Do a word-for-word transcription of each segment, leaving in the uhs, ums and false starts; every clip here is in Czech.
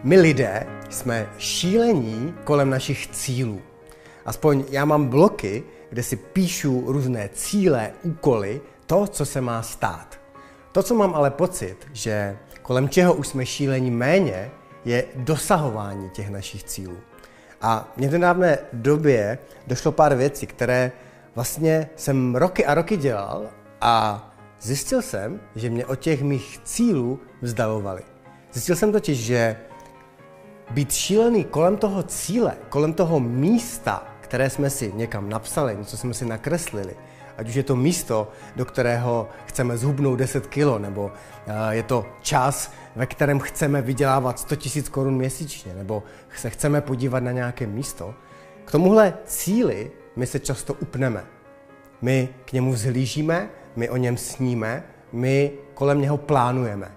My lidé jsme šílení kolem našich cílů. Aspoň já mám bloky, kde si píšu různé cíle, úkoly, to, co se má stát. To, co mám ale pocit, že kolem čeho už jsme šílení méně, je dosahování těch našich cílů. A mně v nedávné době došlo pár věcí, které vlastně jsem roky a roky dělal a zjistil jsem, že mě od těch mých cílů vzdalovaly. Zjistil jsem totiž, že být šílený kolem toho cíle, kolem toho místa, které jsme si někam napsali, něco jsme si nakreslili, ať už je to místo, do kterého chceme zhubnout deset kilo, nebo je to čas, ve kterém chceme vydělávat sto tisíc korun měsíčně, nebo se chceme podívat na nějaké místo, k tomuhle cíli my se často upneme. My k němu vzhlížíme, my o něm sníme, my kolem něho plánujeme.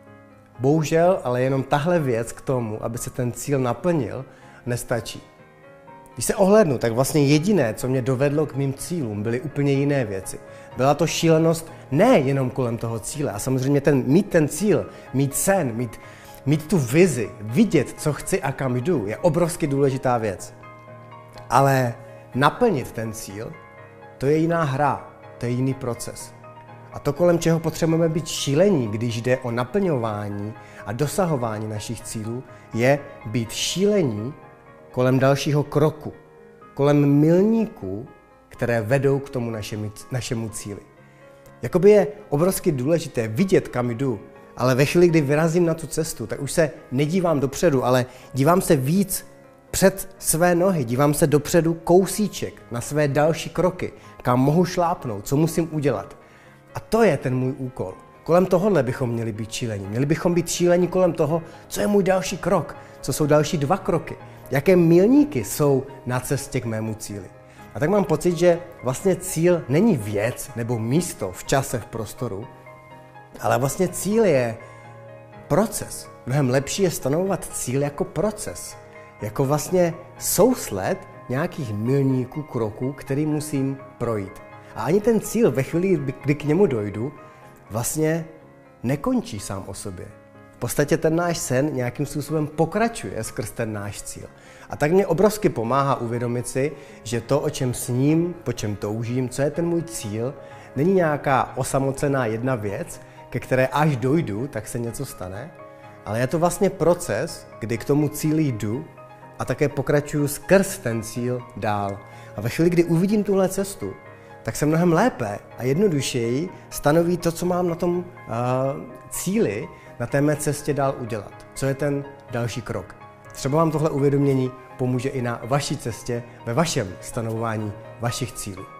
Bohužel, ale jenom tahle věc k tomu, aby se ten cíl naplnil, nestačí. Když se ohlédnu, tak vlastně jediné, co mě dovedlo k mým cílům, byly úplně jiné věci. Byla to šílenost ne jenom kolem toho cíle. A samozřejmě ten, mít ten cíl, mít sen, mít, mít tu vizi, vidět, co chci a kam jdu, je obrovsky důležitá věc. Ale naplnit ten cíl, to je jiná hra, to je jiný proces. A to, kolem čeho potřebujeme být šílení, když jde o naplňování a dosahování našich cílů, je být šílení kolem dalšího kroku, kolem milníků, které vedou k tomu našemu, našemu cíli. Jakoby je obrovsky důležité vidět, kam jdu, ale ve chvíli, kdy vyrazím na tu cestu, tak už se nedívám dopředu, ale dívám se víc před své nohy, dívám se dopředu kousíček na své další kroky, kam mohu šlápnout, co musím udělat. A to je ten můj úkol. Kolem tohohle bychom měli být šílení. Měli bychom být šílení kolem toho, co je můj další krok, co jsou další dva kroky, jaké milníky jsou na cestě k mému cíli. A tak mám pocit, že vlastně cíl není věc nebo místo v čase, v prostoru, ale vlastně cíl je proces. Mnohem lepší je stanovovat cíl jako proces, jako vlastně sousled nějakých milníků, kroků, který musím projít. A ani ten cíl ve chvíli, kdy k němu dojdu, vlastně nekončí sám o sobě. V podstatě ten náš sen nějakým způsobem pokračuje skrz ten náš cíl. A tak mě obrovsky pomáhá uvědomit si, že to, o čem sním, po čem toužím, co je ten můj cíl, není nějaká osamocená jedna věc, ke které až dojdu, tak se něco stane, ale je to vlastně proces, kdy k tomu cíli jdu a také pokračuju skrz ten cíl dál. A ve chvíli, kdy uvidím tuhle cestu, tak se mnohem lépe a jednodušeji stanoví to, co mám na tom uh, cíli, na té mé cestě dál udělat. Co je ten další krok. Třeba vám tohle uvědomění pomůže i na vaší cestě, ve vašem stanovování vašich cílů.